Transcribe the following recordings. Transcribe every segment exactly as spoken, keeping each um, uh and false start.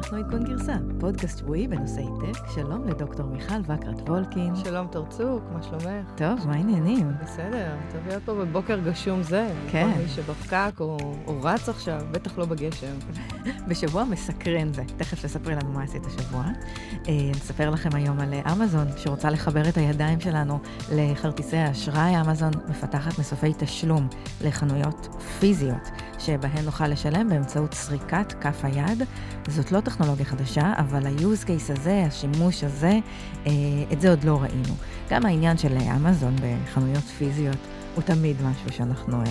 אנחנו עדכון גרסה, פודקאסט שבועי בנושאי טק. שלום לדוקטור מיכל וקרת וולקין. שלום תורצוק, מה שלומך? טוב, מה העניינים? בסדר, טוב להיות פה בבוקר גשום זה. כן. כל מי שבפקק או, או רץ עכשיו, בטח לא בגשם. בשבוע מסקרן זה. תכף תספרי לנו מה עשית השבוע. נספר לכם היום על אמזון, שרוצה לחבר את הידיים שלנו לכרטיסי האשראי. אמזון מפתחת מסופי תשלום לחנויות פיזיות, שבהן נוכל לשלם באמצעות סריקת כף היד. זאת לא טכנולוגיה חדשה, אבל ה-use case הזה, השימוש הזה, את זה עוד לא ראינו. גם העניין של אמזון בחנויות פיזיות הוא תמיד משהו שאנחנו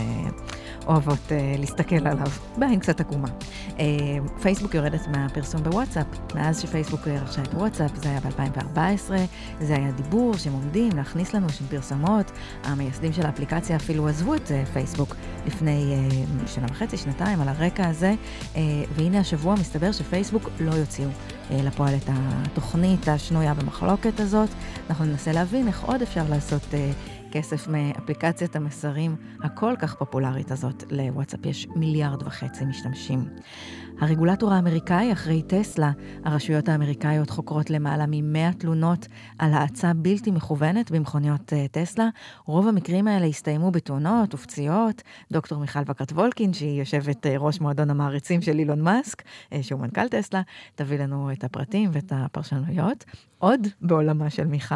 אוהבות להסתכל עליו בעין קצת עקומה. פייסבוק יורדת מהפרסום בוואטסאפ. מאז שפייסבוק רכשה את וואטסאפ, זה היה ב-אלפיים וארבע עשרה, זה היה דיבור שהם עומדים להכניס לנו שם פרסומות. המייסדים של האפליקציה אפילו עזבו את פייסבוק לפני שנה וחצי, שנתיים, על הרקע הזה, והנה השבוע מסתבר שפייסבוק לא יוציאו לפועל את התוכנית השנויה במחלוקת הזאת. אנחנו ננסה להבין איך עוד אפשר לעשות כסף מאפליקציית המסרים הכל כך פופולרית הזאת. לוואטסאפ יש מיליארד וחצי משתמשים. הרגולטור האמריקאי אחרי טסלה, הרשויות האמריקאיות חוקרות למעלה מ-מאה תלונות על האצה בלתי מכוונת במכוניות טסלה. רוב המקרים האלה הסתיימו בתאונות ופציעות. דוקטור מיכל וקרת וולקין, שהיא יושבת ראש מועדון המעריצים של אילון מאסק, שהוא מנכ"ל טסלה, תביא לנו את הפרטים ואת הפרשנויות. עוד בעולמה של מיכל,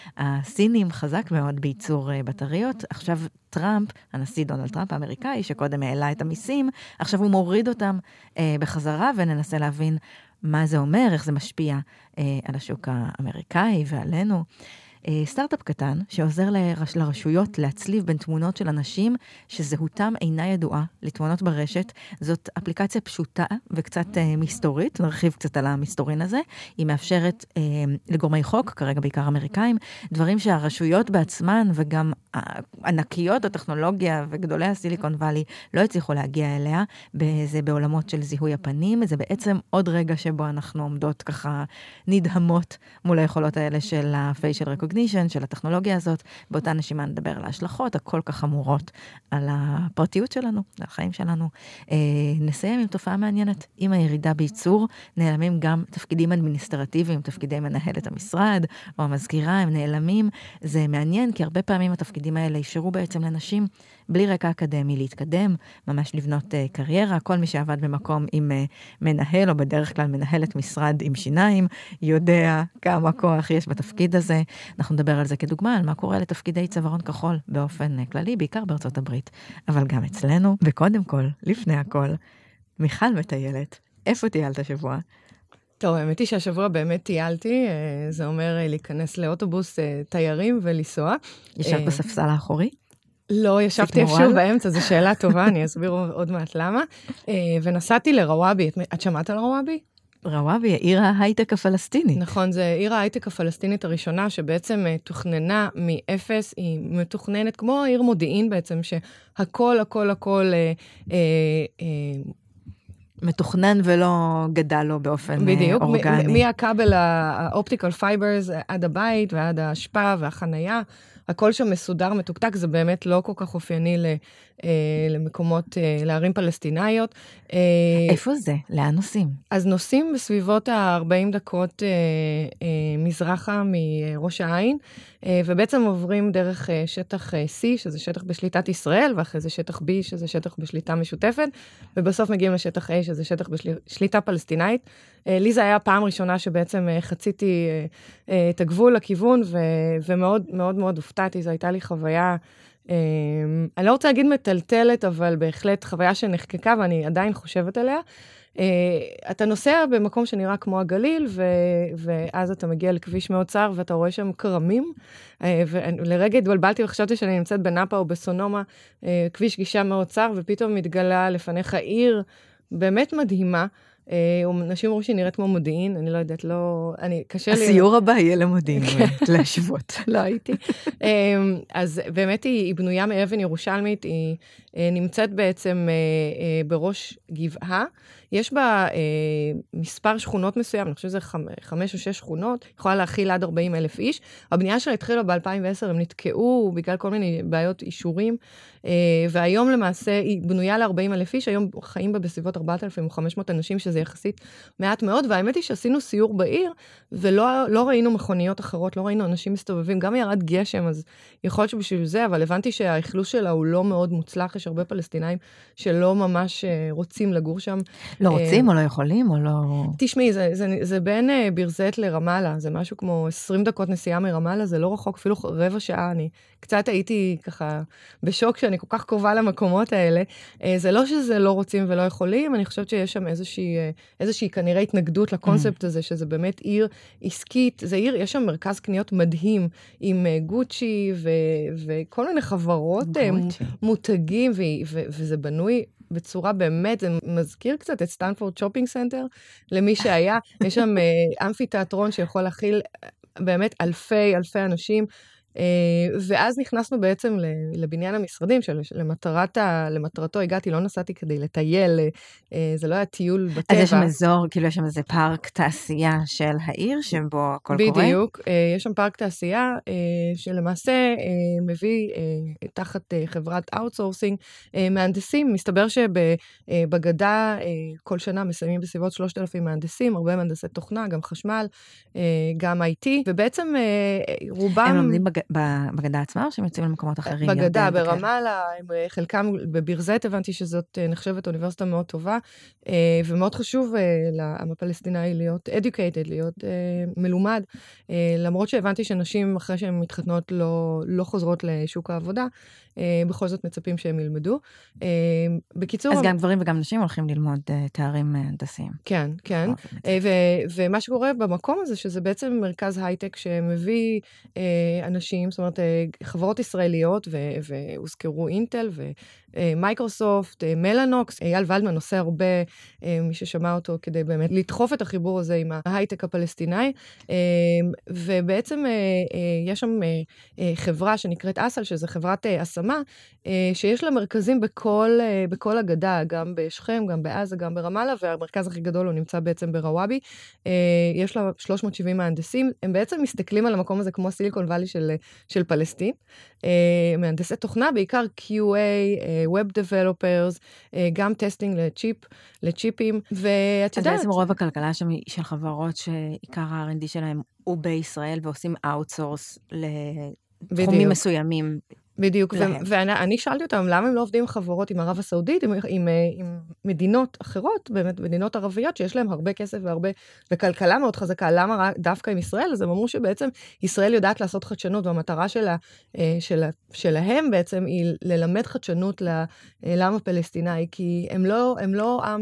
הסינים חזק מאוד בייצור בטריות. עכשיו טראמפ, הנשיא דונלד טראמפ האמריקאי, שקודם העלה את המיסים, עכשיו הוא מוריד אותם אה, בחזרה, וננסה להבין מה זה אומר, איך זה משפיע אה, על השוק האמריקאי ועלינו. אה, סטארט-אפ קטן שעוזר לרש, לרשויות להצליב בין תמונות של אנשים שזהותם אינה ידועה לתמונות ברשת. זאת אפליקציה פשוטה וקצת אה, מסתורית, נרחיב קצת על המסתורין הזה. היא מאפשרת אה, לגורמי חוק, כרגע בעיקר אמריקאים, דברים שהרשויות בעצמן וגם ענקיות הטכנולוגיה וגדולי הסיליקון ואלי לא הצליחו להגיע אליה. זה בעולמות של זיהוי הפנים, זה בעצם עוד רגע שבו אנחנו עומדות ככה נדהמות מול היכולות האלה של ה-facial recognition, של הטכנולוגיה הזאת. באותה נשימה נדבר על ההשלכות הכל כך חמורות על הפרטיות שלנו, על החיים שלנו. נסיים עם תופעה מעניינת. עם הירידה בייצור נעלמים גם תפקידים אדמיניסטרטיביים, תפקידי מנהלת המשרד או המזכירה, הם נעלמים. זה מעניין כי הרבה פעמים התפקידים האלה אפשרו בעצם לנשים בלי רקע אקדמי להתקדם, ממש לבנות uh, קריירה. כל מי שעבד במקום עם uh, מנהל או בדרך כלל מנהלת משרד עם שיניים, יודע כמה כוח יש בתפקיד הזה. אנחנו נדבר על זה כדוגמה, על מה קורה לתפקידי צווארון כחול באופן uh, כללי, בעיקר בארצות הברית, אבל גם אצלנו. וקודם כל, לפני הכל, מיכל מטיילת. איפה טיילת השבוע? טוב, האמת היא שהשבוע באמת טיילתי, זה אומר להיכנס לאוטובוס תיירים ולנסוע. ישבת בספסל האחורי? לא, ישבתי איפשהו באמצע, זו שאלה טובה, אני אסביר עוד מעט למה. ונסעתי לרוואבי. את שמעת על רוואבי? רוואבי, עיר ההייטק הפלסטינית. נכון, זה עיר ההייטק הפלסטינית הראשונה, שבעצם תוכננה מאפס, היא מתוכננת כמו עיר מודיעין בעצם, שהכל, הכל, הכל מתוכנן ולא גדל לו באופן בדיוק, אורגני. בדיוק, מהכבל האופטיקל פייברס עד הבית ועד ההשפעה והחנייה, הכל שם מסודר, מתוקתק, זה באמת לא כל כך אופייני למקומות, לערים פלסטינאיות. איפה זה? לאן נוסעים? אז נוסעים בסביבות ה-ארבעים דקות מזרחה מראש העין, ובעצם עוברים דרך שטח C, שזה שטח בשליטת ישראל, ואחרי זה שטח B, שזה שטח בשליטה משותפת, ובסוף מגיעים לשטח A, שזה שטח בשליטה פלסטינאית. לי זה היה פעם ראשונה שבעצם חציתי את הגבול לכיוון, ומאוד מאוד מאוד הופתעתי, זו הייתה לי חוויה, אני לא רוצה להגיד מטלטלת, אבל בהחלט חוויה שנחקקה, ואני עדיין חושבת עליה. אתה נוסע במקום שנראה כמו הגליל, ואז אתה מגיע לכביש מאוד צר, ואתה רואה שם קרמים, ולרגע התבלבלתי וחשבתי שאני נמצאת בנאפה או בסונומה, כביש גישה מאוד צר, ופתאום מתגלה לפניך עיר באמת מדהימה, אנשים אמרו שהיא נראית כמו מודיעין, אני לא יודעת, לא, אני, קשה לי... הסיור הבא יהיה למודיעין, להשוות. לא הייתי. אז באמת היא בנויה מאבן ירושלמית, היא נמצאת בעצם בראש גבעה, יש בה מספר שכונות מסוים, אני חושב שזה חמש או שש שכונות, יכולה להכיל עד ארבעים אלף איש, הבנייה שלה התחילה ב-אלפיים ועשר, הם נתקעו בגלל כל מיני בעיות אישורים, והיום למעשה היא בנויה ל-ארבעים אלף איש, היום חיים בה בסביבות ארבעת אלפים וחמש מאות אנשים, שזה יחסית מעט מאוד, והאמת היא שעשינו סיור בעיר, ולא לא ראינו מכוניות אחרות, לא ראינו אנשים מסתובבים, גם ירד גשם, אז יכול להיות שבשביל זה, אבל הבנתי שהאכלוס שלה הוא לא מאוד מוצלח, יש הרבה פלסטינאים שלא ממש רוצים לגור שם. לא רוצים או לא יכולים או לא... תשמעי, זה, זה, זה בין ברזט לרמאללה, זה משהו כמו עשרים דקות נסיעה מרמאללה, זה לא רחוק, אפילו רבע שעה, אני קצת הייתי ככה בשוק שאני כל כך קרובה למקומות האלה. זה לא שזה לא רוצים ולא יכולים, אני חושבת שיש שם איזושהי, איזושהי כנראה התנגדות לקונספט הזה, שזה באמת עיר עסקית, זה עיר, יש שם מרכז קניות מדהים, עם גוצ'י ו, וכל מיני חברות מותגים, ו, ו, וזה בנוי בצורה באמת, זה מזכיר קצת את סטנפורד שופינג סנטר, למי שהיה, יש שם אמפי תיאטרון שיכול להכיל באמת אלפי, אלפי אנשים, ואז נכנסנו בעצם לבניין המשרדים, שלמטרתו הגעתי, לא נסעתי כדי לטייל, זה לא היה טיול בטבע. אז יש שם אזור, כאילו יש שם איזה פארק תעשייה של העיר, שבו הכל קורה? בדיוק, יש שם פארק תעשייה, שלמעשה מביא תחת חברת אאוטסורסינג מהנדסים, מסתבר שבגדה כל שנה מסיימים בסביבות שלושת אלפים מהנדסים, הרבה מהנדסי תוכנה, גם חשמל, גם איי טי, ובעצם רובם... הם לומדים בגדה עצמה, או שהם יוצאים למקומות אחרים? בגדה, ברמאללה, חלקם בברזט, הבנתי שזאת נחשבת אוניברסיטה מאוד טובה, ומאוד חשוב לעם הפלסטיני להיות educated, להיות מלומד, למרות שהבנתי שנשים אחרי שהן מתחתנות לא, לא חוזרות לשוק העבודה, בכל זאת מצפים שהם ילמדו. בקיצור... אז גם גברים וגם נשים הולכים ללמוד תארים הנדסיים. כן, כן. ומה שקורה במקום הזה, שזה בעצם מרכז הייטק שמביא אנשים, זאת אומרת, חברות ישראליות, והוזכרו אינטל ומייקרוסופט, מלאנוקס, אייל ולדמן עושה הרבה, מי ששמע אותו, כדי באמת לדחוף את החיבור הזה עם ההייטק הפלסטיני, ובעצם יש שם חברה שנקראת אסל, שזה חברת השמה, שיש לה מרכזים בכל, בכל הגדה, גם בשכם, גם בעזה, גם ברמאללה, והמרכז הכי גדול הוא נמצא בעצם ברוואבי. יש לה שלוש מאות שבעים מהנדסים, הם בעצם מסתכלים על המקום הזה כמו סיליקון ואלי של, של פלסטין. מהנדסי תוכנה, בעיקר קיו איי, Web Developers, גם טסטינג לצ'יפ, לצ'יפים, ואת יודעת... אז בעצם רוב הכלכלה שם של חברות שעיקר ה-אר אנד די שלהם הוא בישראל, ועושים אאוטסורס לתחומים מסוימים. בדיוק, ואני שאלתי אותם, למה הם לא עובדים עם חברות, עם ערב הסעודית, עם, עם, עם מדינות אחרות, באמת מדינות ערביות, שיש להם הרבה כסף והרבה, וכלכלה מאוד חזקה, למה דווקא עם ישראל? אז הם אמרו שבעצם ישראל יודעת לעשות חדשנות, והמטרה שלה, שלה, שלהם בעצם היא ללמד חדשנות לעם הפלסטיני, כי הם לא, הם לא עם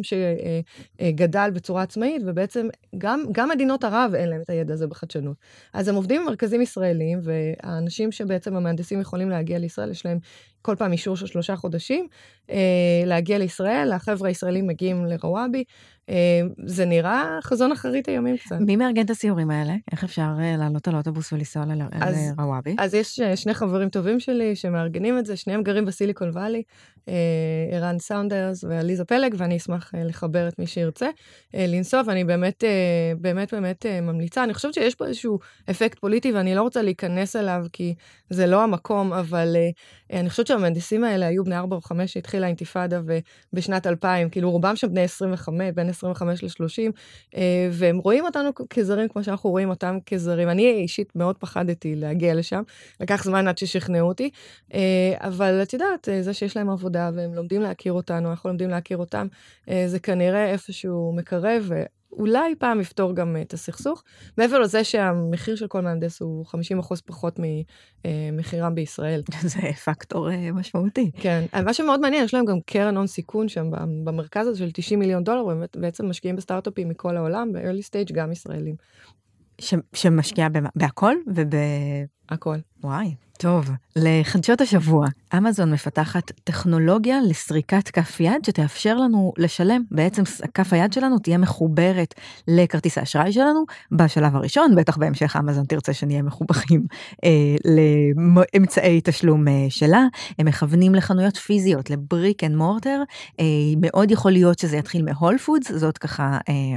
שגדל בצורה עצמאית, ובעצם גם, גם מדינות ערב אין להם את הידע הזה בחדשנות. אז הם עובדים עם מרכזים ישראלים, והאנשים שבעצם המהנדסים יכולים להגיע לישראל, יש להם כל פעם אישור של שלושה חודשים, אה, להגיע לישראל, החבר'ה הישראלים מגיעים לרוואבי, אה, זה נראה חזון אחרית הימים קצת. מי מארגן את הסיורים האלה? איך אפשר אה, לעלות על אוטובוס ולנסוע לרוואבי? אז יש שני חברים טובים שלי שמארגנים את זה, שניהם גרים בסיליקון ואלי, אה, ערן סאונדרס ועליזה פלג, ואני אשמח אה, לחבר את מי שירצה, אה, לנסוע, ואני באמת, אה, באמת, באמת אה, ממליצה. אני חושבת שיש פה איזשהו אפקט פוליטי, ואני לא רוצה להיכנס אליו, כי זה לא המקום, אבל אה, אני חושבת שהמהנדסים האלה היו בני ארבע או חמש שהתחילה האינתיפאדה בשנת אלפיים, כאילו רובם שם בני עשרים וחמש, בין עשרים וחמש ל-שלושים, והם רואים אותנו כזרים כמו שאנחנו רואים אותם כזרים. אני אישית מאוד פחדתי להגיע לשם, לקח זמן עד ששכנעו אותי, אבל את יודעת, זה שיש להם עבודה והם לומדים להכיר אותנו, אנחנו לומדים להכיר אותם, זה כנראה איפשהו מקרב, אולי פעם יפתור גם את הסכסוך, מעבר לזה שהמחיר של כל מהנדס הוא חמישים אחוז פחות ממחירם בישראל. זה פקטור משמעותי. כן, מה שמאוד מעניין, יש להם גם קרן הון סיכון שם במרכז הזה של תשעים מיליון דולר, ובעצם משקיעים בסטארט-אפים מכל העולם, ב-early stage גם ישראלים. שמשקיעה בהכל וב... הכל. וואי, טוב. לחדשות השבוע, אמזון מפתחת טכנולוגיה לסריקת כף יד שתאפשר לנו לשלם. בעצם כף היד שלנו תהיה מחוברת לכרטיס האשראי שלנו בשלב הראשון, בטח בהמשך אמזון תרצה שנהיה מחוברים אה, לאמצעי תשלום אה, שלה. הם מכוונים לחנויות פיזיות, לבריק אנד מורטר. אה, מאוד יכול להיות שזה יתחיל מהול פודס, זאת ככה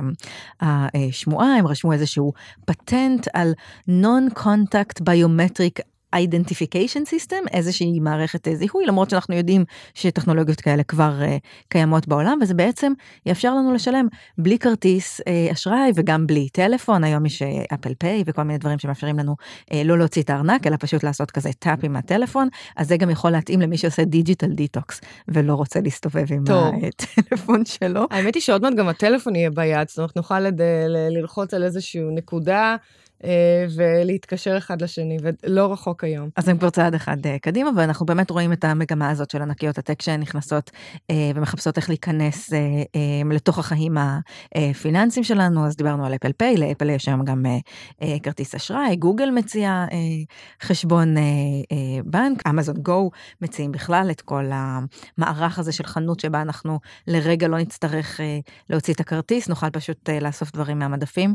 אה, השמועה, הם רשמו איזשהו פטנט על non-contact biometric identification system, איזושהי מערכת זיהוי, למרות שאנחנו יודעים שטכנולוגיות כאלה כבר uh, קיימות בעולם, וזה בעצם יאפשר לנו לשלם בלי כרטיס uh, אשראי וגם בלי טלפון. היום יש אפל פיי וכל מיני דברים שמאפשרים לנו uh, לא להוציא את הארנק, אלא פשוט לעשות כזה טאפ עם הטלפון, אז זה גם יכול להתאים למי שעושה דיג'יטל דיטוקס, ולא רוצה להסתובב עם טוב. הטלפון שלו. האמת היא שעוד מעט גם הטלפון יהיה ביד, זאת אומרת נוכל לד... ללחוץ על איזשהו נקודה, ולהתקשר אחד לשני, ולא רחוק היום. אז הם כבר צעד אחד קדימה, ואנחנו באמת רואים את המגמה הזאת של ענקיות הטק שנכנסות ומחפשות איך להיכנס לתוך החיים הפיננסיים שלנו. אז דיברנו על אפל פיי, לאפל יש היום גם כרטיס אשראי, גוגל מציע חשבון בנק, אמזון גו מציעים בכלל את כל המערך הזה של חנות שבה אנחנו לרגע לא נצטרך להוציא את הכרטיס, נוכל פשוט לאסוף דברים מהמדפים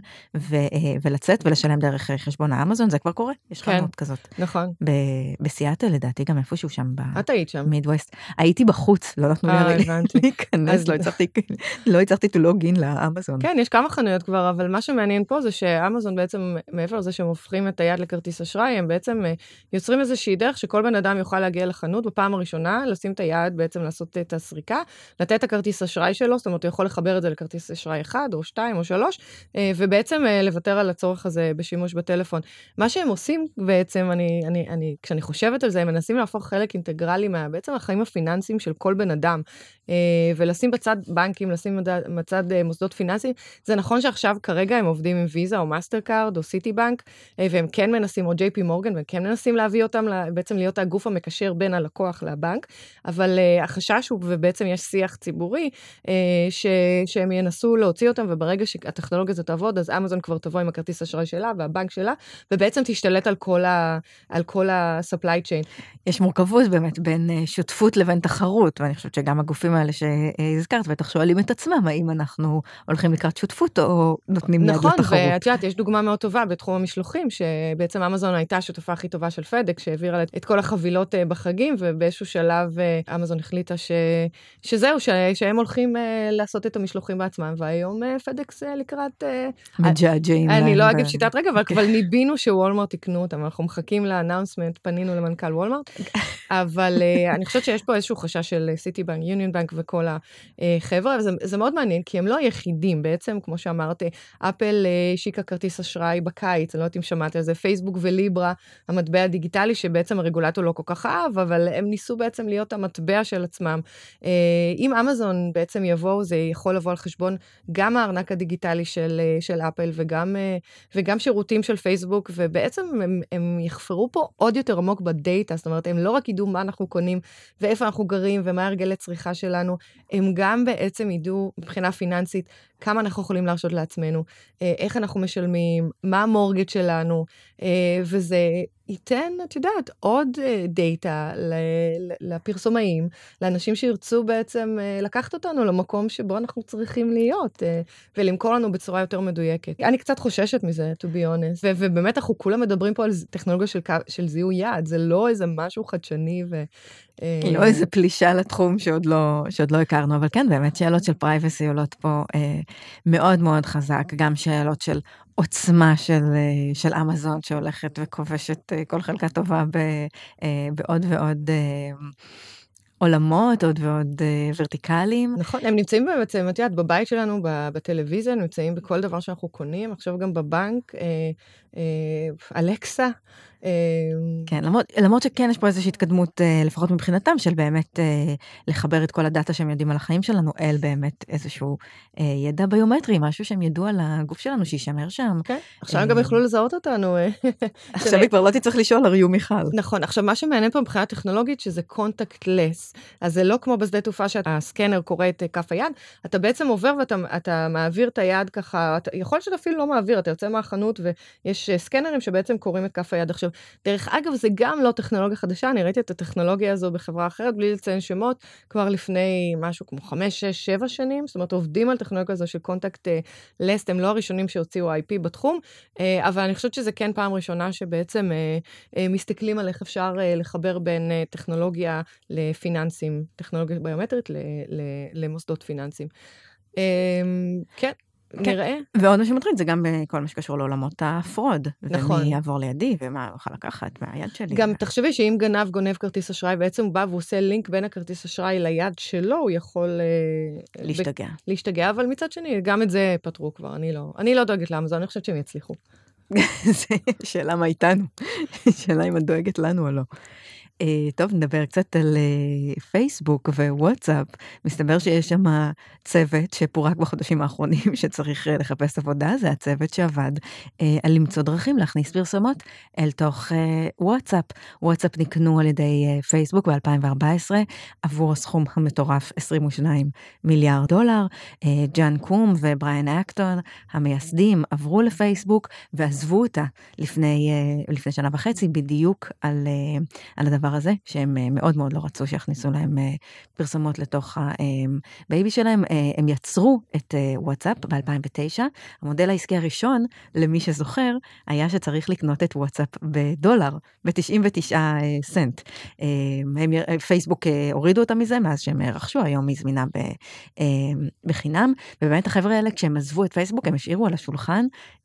ולצאת ולשלם דרך חשבון האמזון, זה כבר קורה, יש כן, חנות כזאת. נכון. בסיאטל, לדעתי גם איפשהו שם. את היית שם. מידווסט. הייתי בחוץ, לא נתנו לי להיכנס, לא הצלחתי, לא הצלחתי to log in לאמזון. כן, יש כמה חנויות כבר, אבל מה שמעניין פה זה שאמזון בעצם, מעבר לזה שהם הופכים את היד לכרטיס אשראי, הם בעצם יוצרים איזושהי דרך שכל בן אדם יוכל להגיע לחנות בפעם הראשונה, לשים את היד, בעצם לעשות את הסריקה, לתת את הכרטיס אשראי שלו, זאת אומרת, הוא יכול לחבר את זה לכרטיס אשראי אחד או שתיים או שלוש, ובעצם לוותר על הצורך הזה בשימוש בטלפון. מה שהם עושים בעצם, אני, אני, אני, כשאני חושבת על זה, הם מנסים להפוך חלק אינטגרלי מה, בעצם החיים הפיננסיים של כל בן אדם, ולשים בצד בנקים, לשים בצד מוסדות פיננסיים. זה נכון שעכשיו כרגע הם עובדים עם ויזה או מאסטרקארד או סיטי בנק, והם כן מנסים, או ג'יי פי מורגן, והם כן מנסים להביא אותם, בעצם להיות הגוף המקשר בין הלקוח לבנק, אבל החשש הוא, ובעצם יש שיח ציבורי, ש, שהם ינסו להוציא אותם, וברגע שהטכנולוגיה הזאת תעבוד, אז אמזון כבר תבוא עם הכרטיס אשראי שלה, והבנק שלה, ובעצם תשתלט על כל ה, על כל ה-supply chain. יש מורכבות באמת בין שותפות לבין תחרות, ואני חושבת שגם הגופים האלה שהזכרת, בטח שואלים את עצמם, האם אנחנו הולכים לקראת שותפות, או נותנים יד לתחרות. נכון, ואת יודעת, יש דוגמה מאוד טובה בתחום המשלוחים, שבעצם אמזון הייתה השותפה הכי טובה של פדקס, שהעבירה את כל החבילות בחגים, ובאיזשהו שלב אמזון החליטה ש... שזהו, ש... שהם הולכים לעשות את המשלוחים בעצמם, והיום פדקס לקראת... מג'אג'ים. אני לא אגיד שיטת רגע, אבל כבר ניבינו שוולמרט תקנו אותם, אנחנו מחכים לאנאונסמנט, פנינו למנכ"ל וולמרט, אבל אני חושבת שיש פה איזשהו חשש של סיטי בנק, יוניון בנק וכל החבר'ה, וזה מאוד מעניין, כי הם לא היחידים, בעצם, כמו שאמרתי, אפל שיקה כרטיס אשראי בקיץ, אני לא יודעת אם שמעתי על זה, פייסבוק וליברה, המטבע הדיגיטלי, שבעצם הרגולטור לא כל כך אהב, אבל הם ניסו בעצם להיות המטבע של עצמם. אם אמזון בעצם יבוא, זה יכול לבוא על חשבון גם הארנק הדיגיטלי של, של אפל, וגם, וגם שירותים של פייסבוק, ובעצם הם, הם יחפרו פה עוד יותר עמוק בדאטה, זאת אומרת, הם לא רק ידעו מה אנחנו קונים, ואיפה אנחנו גרים, ומה הרגלי צריכה שלנו, הם גם בעצם ידעו מבחינה פיננסית, כמה אנחנו יכולים להרשות לעצמנו, איך אנחנו משלמים, מה המורגט שלנו, וזה ייתן, את יודעת, עוד דאטה לפרסומאים, לאנשים שירצו בעצם לקחת אותנו למקום שבו אנחנו צריכים להיות, ולמכור לנו בצורה יותר מדויקת. אני קצת חוששת מזה, to be honest, ובאמת אנחנו כולם מדברים פה על טכנולוגיה של, של זיהוי יד, זה לא איזה משהו חדשני ו... לא איזה פלישה לתחום שעוד לא, שעוד לא הכרנו, אבל כן, באמת שאלות של פרייבסי עולות פה אה, מאוד מאוד חזק, גם שאלות של עוצמה של, אה, של אמזון שהולכת וכובשת אה, כל חלקה טובה ב, אה, בעוד ועוד אה, עולמות, עוד ועוד אה, ורטיקליים. נכון, הם נמצאים בעצם, את יודעת, בבית שלנו, בטלוויזיה, הם נמצאים בכל דבר שאנחנו קונים, עכשיו גם בבנק, אה, אה, אלקסה, כן, למרות, למרות שכן יש פה איזושהי התקדמות, לפחות מבחינתם, של באמת לחבר את כל הדאטה שהם יודעים על החיים שלנו, אל באמת איזשהו ידע ביומטרי, משהו שהם ידעו על הגוף שלנו, שישמר שם. כן, עכשיו גם יכלו לזהות אותנו. עכשיו היא כבר לא תצטרך לשאול, הריו מיכל. נכון, עכשיו מה שמעניין פה מבחינה טכנולוגית, שזה קונטקט לס, טקס, אז זה לא כמו בשדה תעופה שהסקנר קורא את כף היד, אתה בעצם עובר ואתה אתה מעביר את היד ככה, אתה, יכול להיות שאתה אפילו לא מעביר, אתה יוצא מהחנות ויש סקנרים שבעצם קוראים את כף היד. עכשיו, דרך אגב, זה גם לא טכנולוגיה חדשה, אני ראיתי את הטכנולוגיה הזו בחברה אחרת, בלי לציין שמות, כבר לפני משהו כמו חמש, שש, שבע שנים, זאת אומרת, עובדים על טכנולוגיה הזו של קונטקט לסט, הם לא הראשונים שהוציאו איי פי בתחום, אבל אני חושבת שזה כן פעם ראשונה שבעצם מסתכלים על איך אפשר לחבר בין טכנולוגיה לפיננסים, טכנולוגיה ביומטרית למוסדות פיננסים. כן. נראה. ועוד מה שמטריד זה גם בכל מה שקשור לעולמות הפרוד. נכון. ומי יעבור לידי, ומה יוכל לקחת מהיד שלי. גם תחשבי שאם גנב גונב כרטיס אשראי, בעצם הוא בא ועושה לינק בין הכרטיס אשראי ליד שלו, הוא יכול... להשתגע. להשתגע, אבל מצד שני, גם את זה פתרו כבר. אני לא, אני לא דואגת לאמזון, אני חושבת שהם יצליחו. זה שאלה מה איתנו. שאלה אם את דואגת לנו או לא. טוב, נדבר קצת על פייסבוק ווואטסאפ. מסתבר שיש שם צוות שפורק בחודשים האחרונים שצריך לחפש עבודה. זה הצוות שעבד על למצוא דרכים להכניס פרסומות אל תוך וואטסאפ. וואטסאפ נקנו על ידי פייסבוק ב-אלפיים וארבע עשרה עבור הסכום המטורף עשרים ושניים מיליארד דולר. ג'אן קום ובריאן אקטון, המייסדים, עברו לפייסבוק ועזבו אותה לפני, לפני שנה וחצי בדיוק על, על הדבר הזה, שהם מאוד מאוד לא רצו שיכניסו להם פרסומות לתוך הבייבי שלהם. הם יצרו את וואטסאפ ב-אלפיים ותשע. המודל העסקי הראשון, למי שזוכר, היה שצריך לקנות את וואטסאפ בדולר, ב-תשעים ותשעה סנט. הם, פייסבוק הורידו אותם מזה, מאז שהם רכשו, היום היא זמינה בחינם. ובאמת החבר'ה האלה, כשהם עזבו את פייסבוק, הם השאירו על השולחן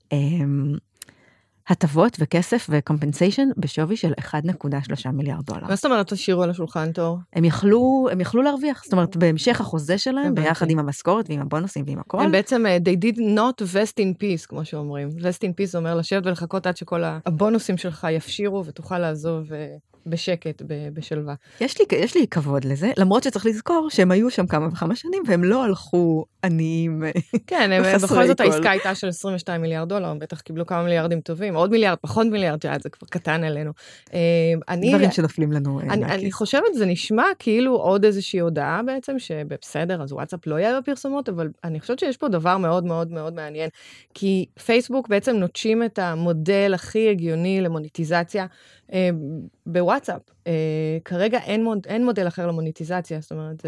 הטבות וכסף וקומפנסיישן בשווי של אחד נקודה שלושה מיליארד דולר. מה זאת אומרת תשאירו על השולחן, תור? הם יכלו, הם יכלו להרוויח, זאת אומרת, בהמשך החוזה שלהם, ביחד עם המשכורת ועם הבונוסים ועם הכל. הם בעצם, they did not vest in peace, כמו שאומרים. vest in peace אומר לשבת ולחכות עד שכל הבונוסים שלך יפשירו ותוכל לעזוב בשקט, בשלווה. יש לי, יש לי כבוד לזה, למרות שצריך לזכור שהם היו שם כמה וכמה שנים, והם לא הלכו עניים כן, הם, בכל זאת העסקה הייתה של עשרים ושניים מיליארד דולר, הם בטח קיבלו כמה מיליארדים טובים, עוד מיליארד, פחות מיליארד, זה כבר קטן עלינו. אני, דברים שנופלים לנו. אני, אני חושבת, זה נשמע כאילו עוד איזושהי הודעה בעצם, שבסדר, אז וואטסאפ לא יהיה בפרסומות, אבל אני חושבת שיש פה דבר מאוד מאוד מאוד מעניין, כי פייסבוק בעצם נוטשים את המודל הכי הגיוני למוניטיזציה, בוואטסאפ. כרגע אין, מוד, אין מודל אחר למוניטיזציה, זאת אומרת,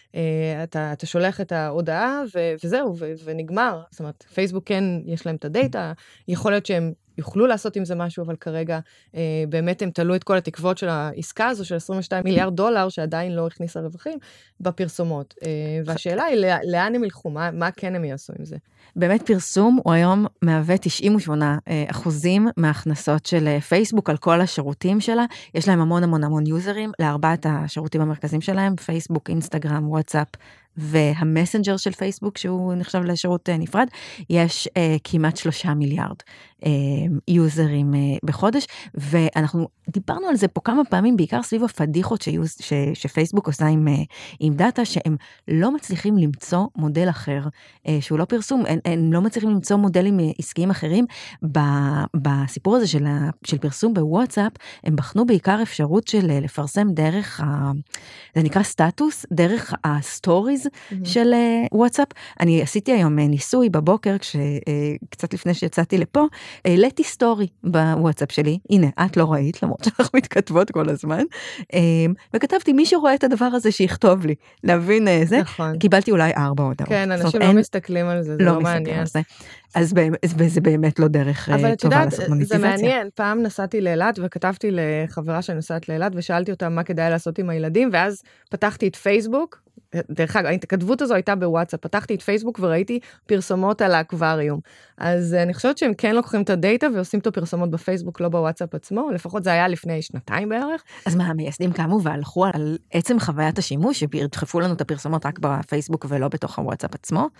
אתה, אתה שולח את ההודעה וזהו, ונגמר. זאת אומרת, פייסבוק כן יש להם את הדאטה, יכול להיות שהם יוכלו לעשות עם זה משהו, אבל כרגע אה, באמת הם תלו את כל התקוות של העסקה הזו של עשרים ושניים מיליארד דולר, שעדיין לא הכניסה רווחים בפרסומות. אה, והשאלה היא, לאן הם ילכו? מה, מה כן הם יעשו עם זה? באמת פרסום הוא היום מהווה תשעים ושמונה אחוזים מההכנסות של פייסבוק על כל השירותים שלה. יש להם המון המון המון יוזרים לארבעת השירותים המרכזיים שלהם, פייסבוק, אינסטגרם, וואטסאפ, והמסנג'ר של פייסבוק, שהוא נחשב לשירות נפרד, יש אה, כמעט שלושה מיליארד אה, יוזרים אה, בחודש, ואנחנו דיברנו על זה פה כמה פעמים, בעיקר סביב הפדיחות שיוז, ש, שפייסבוק עושה עם, אה, עם דאטה, שהם לא מצליחים למצוא מודל אחר, אה, שהוא לא פרסום, הם, הם לא מצליחים למצוא מודלים עסקיים אחרים. ב, בסיפור הזה של, ה, של פרסום בוואטסאפ, הם בחנו בעיקר אפשרות של לפרסם דרך, ה, זה נקרא סטטוס, דרך הסטוריז, של וואטסאפ. אני עשיתי היום ניסוי בבוקר, קצת לפני שיצאתי לפה, העליתי סטורי בוואטסאפ שלי, הנה, את לא ראית, למרות שאנחנו מתכתבות כל הזמן, וכתבתי, מי שרואה את הדבר הזה שיכתוב לי, להבין זה, קיבלתי אולי ארבע הודעות. כן, אנשים לא מסתכלים על זה, זה לא מעניין. אז זה באמת לא דרך טובה לעשות מוניטיזציה. זה מעניין, פעם נסעתי לאילת וכתבתי לחברה שאני נוסעת לאילת, ושאלתי אותה מה כדאי לעשות עם הילדים, ואז פתחתי את פייסבוק, דרך אגב, ההתכתבות הזו הייתה בוואטסאפ, פתחתי את פייסבוק וראיתי פרסומות על האקווריום. אז אני חושבת שהם כן לוקחים את הדאטה ועושים את הפרסומות בפייסבוק, לא בוואטסאפ עצמו, לפחות זה היה לפני שנתיים בערך. אז מה, המייסדים קמו והלכו על עצם חוויית השימוש, שידחפו לנו את הפרסומות רק בפייסבוק ולא בתוך הוואטסאפ עצמו?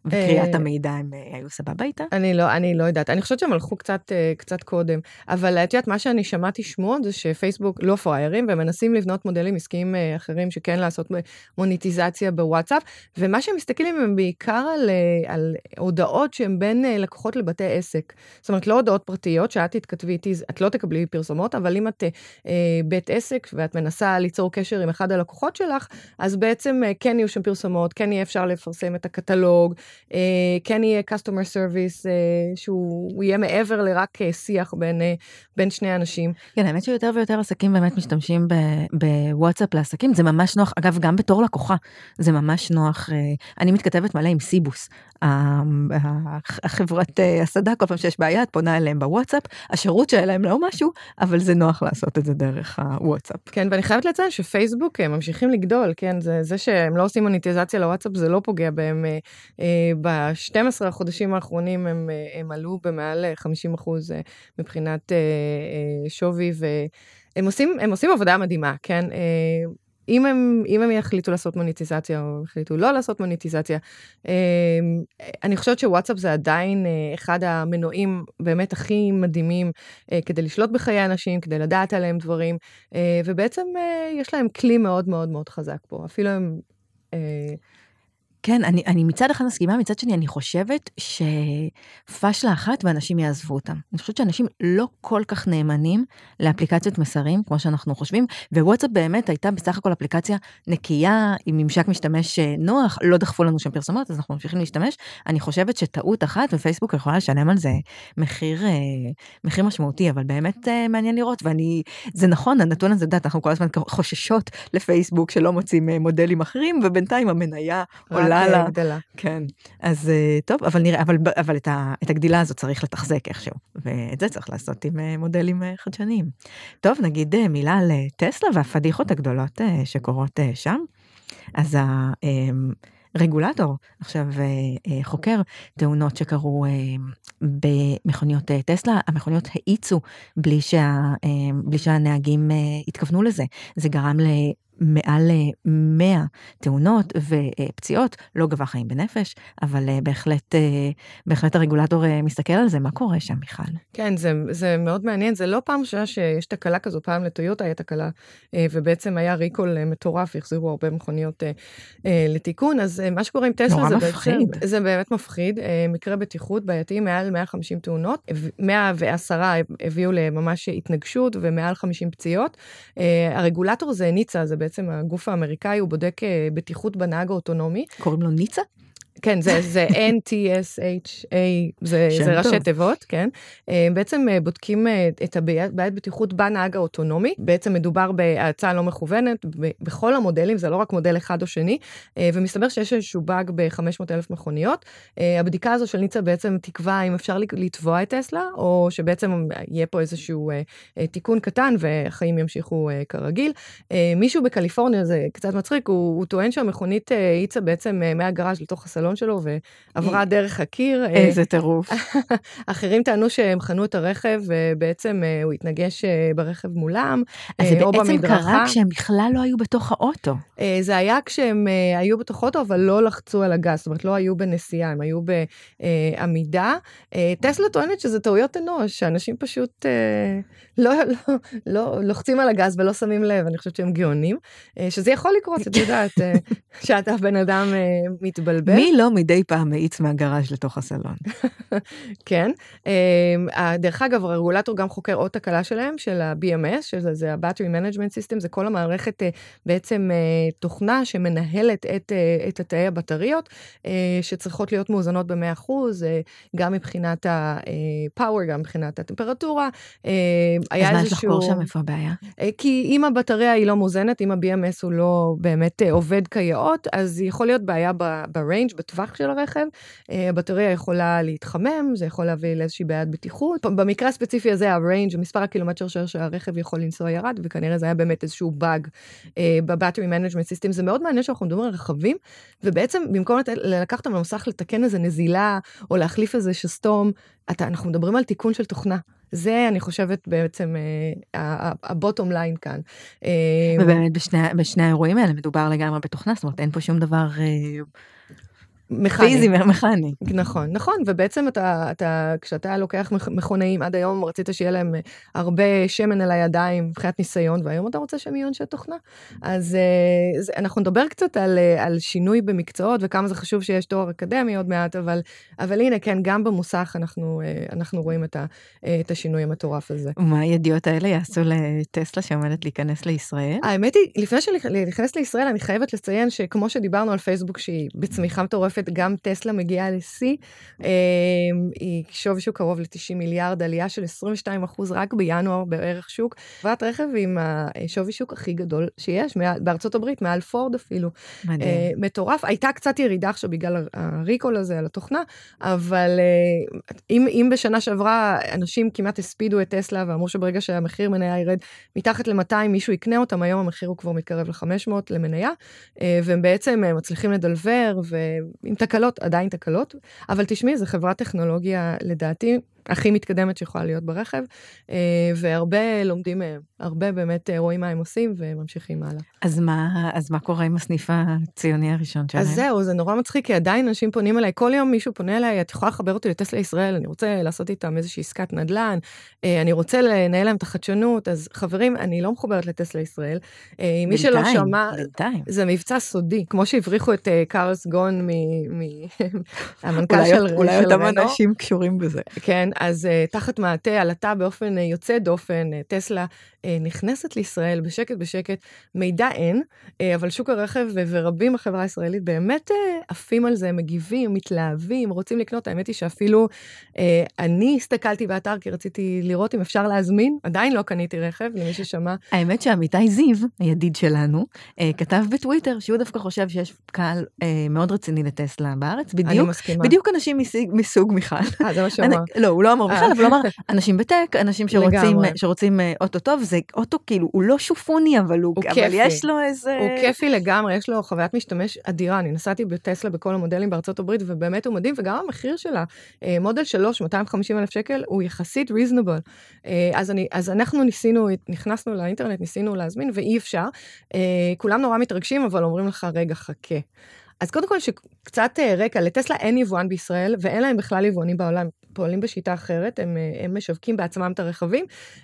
וקריאת המידע הם היו סבבה איתה? אני לא, אני לא יודעת. אני חושבת שהם הלכו קצת, קצת קודם. אבל את יודעת, מה שאני שמעתי שמועות זה שפייסבוק לא פריירים, והם מנסים לבנות מודלים עסקיים אחרים שכן לעשות מוניטיזציה בוואטסאפ, ומה שהם מסתכלים הם בעיקר על, על הודעות שהן בין לקוחות לבתי עסק. זאת אומרת, לא הודעות פרטיות, שאת תתכתבי איתי, את לא תקבלי פרסומות, אבל אם את בית עסק ואת מנסה ליצור קשר עם אחד הלקוחות שלך, אז בעצם כן יהיו שם פרסומות, כן יהיה אפשר לפרסם את הקטלוג, כן יהיה customer service שהוא יהיה מעבר לרק שיח בין, בין שני אנשים. כן, האמת שיותר ויותר עסקים באמת משתמשים בוואטסאפ לעסקים, זה ממש נוח, אגב, גם בתור לקוחה, זה ממש נוח, אני מתכתבת מלא עם סיבוס, החברת הסדה, כל פעם שיש בעיה, את פונה אליהם בוואטסאפ, השירות שלהם לא משהו, אבל זה נוח לעשות את זה דרך הוואטסאפ. כן, ואני חייבת לציין שפייסבוק הם ממשיכים לגדול, כן, זה, זה שהם לא עושים מוניטיזציה לוואטסאפ, זה לא פוגע בהם, ב-שנים עשר החודשים האחרונים הם, הם עלו במעל חמישים אחוז מבחינת שווי, והם עושים, הם עושים עבודה מדהימה, כן, אם הם, אם הם יחליטו לעשות מוניטיזציה, או יחליטו לא לעשות מוניטיזציה, אני חושבת שוואטסאפ זה עדיין אחד המנועים באמת הכי מדהימים, כדי לשלוט בחיי אנשים, כדי לדעת עליהם דברים, ובעצם יש להם כלי מאוד מאוד מאוד חזק פה, אפילו הם... כן, אני, אני מצד אחד מסכימה, מצד שני אני חושבת שפשלה אחת ואנשים יעזבו אותם. אני חושבת שאנשים לא כל כך נאמנים לאפליקציות מסרים, כמו שאנחנו חושבים, ווואטסאפ באמת הייתה בסך הכל אפליקציה נקייה, עם ממשק משתמש נוח, לא דחפו לנו שם פרסומות, אז אנחנו ממשיכים להשתמש. אני חושבת שטעות אחת, ופייסבוק יכולה לשלם על זה מחיר, מחיר משמעותי, אבל באמת מעניין לראות, ואני, זה נכון, הנתון הזה, דעת, אנחנו כל הזמן חוששות לפייסבוק שלא מוצאים מודלים אחרים, ובינתיים המניה עולה גדלה. כן, אז טוב, אבל נראה, אבל, אבל את, ה, את הגדילה הזאת צריך לתחזק איכשהו, ואת זה צריך לעשות עם מודלים חדשניים. טוב, נגיד מילה על טסלה והפדיחות הגדולות שקורות שם. אז הרגולטור עכשיו חוקר תאונות שקרו במכוניות טסלה, המכוניות האיצו בלי, שה, בלי שהנהגים התכוונו לזה. זה גרם ל... מעל מאה תאונות ופציעות, לא גבה חיים בנפש, אבל בהחלט, בהחלט הרגולטור מסתכל על זה, מה קורה שם, מיכל? כן, זה, זה מאוד מעניין, זה לא פעם שעה שיש תקלה כזו, פעם לטויוטה היה תקלה, ובעצם היה ריקול מטורף, החזירו הרבה מכוניות לתיקון, אז מה שקורה עם טסלה זה בעצם, זה באמת מפחיד, מקרה בטיחות בעייתי, מעל מאה וחמישים תאונות, מאה ועשר הביאו לממש התנגשות, ומעל חמישים פציעות, הרגולטור זה ניצה, זה בעצם הגוף האמריקאי, הוא בודק בטיחות בנהג האוטונומי. קוראים לו ניצה? כן, זה, זה N T S H A, זה, זה ראשי תיבות, כן. בעצם בודקים את הבעיית בטיחות בנהג האוטונומי, בעצם מדובר בהצעה לא מכוונת, בכל המודלים, זה לא רק מודל אחד או שני, ומסתבר שיש איזשהו באג ב-חמש מאות אלף מכוניות. הבדיקה הזו של ניצה בעצם תקבע אם אפשר לתבוע את טסלה, או שבעצם יהיה פה איזשהו תיקון קטן, והחיים ימשיכו כרגיל. מישהו בקליפורניה, זה קצת מצחיק, הוא, הוא טוען שהמכונית היצה בעצם מהגראז' לתוך הסלון שלו, ועברה דרך הקיר. איזה טירוף. אחרים טענו שהם חנו את הרכב, ובעצם הוא התנגש ברכב מולם, אז זה בעצם קרה כשהם בכלל לא היו בתוך האוטו. זה היה כשהם היו בתוך האוטו, אבל לא לחצו על הגז, זאת אומרת, לא היו בנסיעה, הם היו בעמידה. טסלה טוענת שזה טעויות אנוש, שאנשים פשוט לא, לא, לא לוחצים על הגז ולא שמים לב, אני חושבת שהם גאונים, שזה יכול לקרות, את יודעת, שאתה בן אדם מתבלבל. מי לא מדי פעם מאיץ מהגראז' לתוך הסלון? כן. דרך אגב, הרגולטור גם חוקר עוד תקלה שלהם, של ה-B M S, שזה ה-Battery Management System, זה כל המערכת בעצם תוכנה שמנהלת את, את התאי הבטריות, שצריכות להיות מאוזנות ב-מאה אחוז, גם מבחינת ה-power, גם מבחינת הטמפרטורה. אז מה יש לחקור שם, איפה הבעיה? כי אם הבטריה היא לא מאוזנת, אם ה-B M S הוא לא באמת עובד כיאות, אז יכול להיות בעיה בריינג', בטווח של הרכב, הבטריה יכולה להתחמם, זה יכול להביא לאיזושהי בעיית בטיחות. במקרה הספציפי הזה, הריינג', מספר הקילומטר שהרכב יכול לנסוע ירד, וכנראה זה היה באמת איזשהו באג בבטרי מנג'מנט סיסטם. זה מאוד מעניין שאנחנו מדברים על רכבים, ובעצם במקום לקחת במסך לתקן איזה נזילה, או להחליף איזה שסתום, אנחנו מדברים על תיקון של תוכנה. זה, אני חושבת, בעצם הבוטום ליין כאן. ובאמת בשני, בשני האירועים האלה מדובר לגמרי בתוכנה, זאת אומרת, אין פה שום דבר מכני. פיזי, מכני. נכון, נכון, ובעצם אתה, אתה, כשאתה לוקח מכונאים, עד היום רצית שיהיה להם הרבה שמן על הידיים, מבחינת ניסיון, והיום אתה רוצה שהם יהיו אנשי תוכנה. אז זה, אנחנו נדבר קצת על, על שינוי במקצועות, וכמה זה חשוב שיש תואר אקדמי עוד מעט, אבל, אבל הנה, כן, גם במוסך אנחנו, אנחנו רואים את, ה, את השינוי המטורף הזה. ומה הידיעות האלה יעשו לטסלה שעומדת להיכנס לישראל? האמת היא, לפני שלהיכנס לישראל, אני חייבת לציין שכמו שדיברנו על פייסבוק, שהיא בצמיחה מטורפת, גם טסלה מגיעה לשיא, היא שווי שוק קרוב ל-תשעים מיליארד, עלייה של עשרים ושתיים אחוז רק בינואר בערך שוק. חברת רכב עם השווי שוק הכי גדול שיש, בארצות הברית, מעל פורד אפילו. מדהים. מטורף. הייתה קצת ירידה עכשיו בגלל הריקול הזה על התוכנה, אבל אם, אם בשנה שעברה אנשים כמעט הספידו את טסלה, ואמרו שברגע שהמחיר מניה ירד מתחת ל-מאתיים, מישהו יקנה אותם, היום המחיר הוא כבר מתקרב ל-חמש מאות למניה, והם בעצם מצליחים לדלבר, ועם תקלות, עדיין תקלות, אבל תשמעי, זו חברת טכנולוגיה, לדעתי, הכי מתקדמת שיכולה להיות ברכב, והרבה לומדים מהם, הרבה באמת רואים מה הם עושים, וממשיכים הלאה. אז מה, אז מה קורה עם הסניף הציוני הראשון שלהם? אז זהו, זה נורא מצחיק, כי עדיין אנשים פונים אליי, כל יום מישהו פונה אליי, את יכולה לחבר אותי לטסלה ישראל, אני רוצה לעשות איתם איזושהי עסקת נדל"ן, אני רוצה לנהל להם את החדשנות, אז חברים, אני לא מחוברת לטסלה ישראל, מי שלא שמע, זה מבצע סודי, כמו שהבריחו את קארלס גון מהמנכ"ל של רנו. אולי אותם אנשים קשורים בזה. כן, אז תחת מעטה, עלתה באופן יוצא דופן, טסלה נכנסת לישראל בשקט בשקט, מידע אין, אבל שוק הרכב ורבים החברה הישראלית באמת עפים על זה, מגיבים, מתלהבים, רוצים לקנות. האמת היא שאפילו אני הסתכלתי באתר, כי רציתי לראות אם אפשר להזמין, עדיין לא קניתי רכב, למי ששמע. האמת שעמיתי זיו, הידיד שלנו, כתב בטוויטר שהוא דווקא חושב שיש קהל מאוד רציני לטסלה בארץ, בדיוק, בדיוק אנשים מסוג מיכל. אה, זה מה שאומר. לא, הוא לא אמר מיכל, אבל הוא אמר, אנשים בטק, אנשים שרוצים אוטו טוב, זה אוטו כאילו, הוא לא שופוני, אבל יש לו איזה... הוא כיפי לגמרי, יש לו חוויית משתמש אדירה. אני נסעתי בטסלה בכל המודלים בארצות הברית, ובאמת הוא מדהים, וגם המחיר שלה, מודל שלוש, מאתיים וחמישים אלף שקל, הוא יחסית reasonable. אז, אני, אז אנחנו ניסינו, נכנסנו לאינטרנט, ניסינו להזמין, ואי אפשר. כולם נורא מתרגשים, אבל אומרים לך, רגע, חכה. אז קודם כל שקצת רקע, לטסלה אין יבואן בישראל, ואין להם בכלל יבואנים בעולם, פועלים בשיטה אחרת, הם, הם משווקים בעצמם את הרכבים,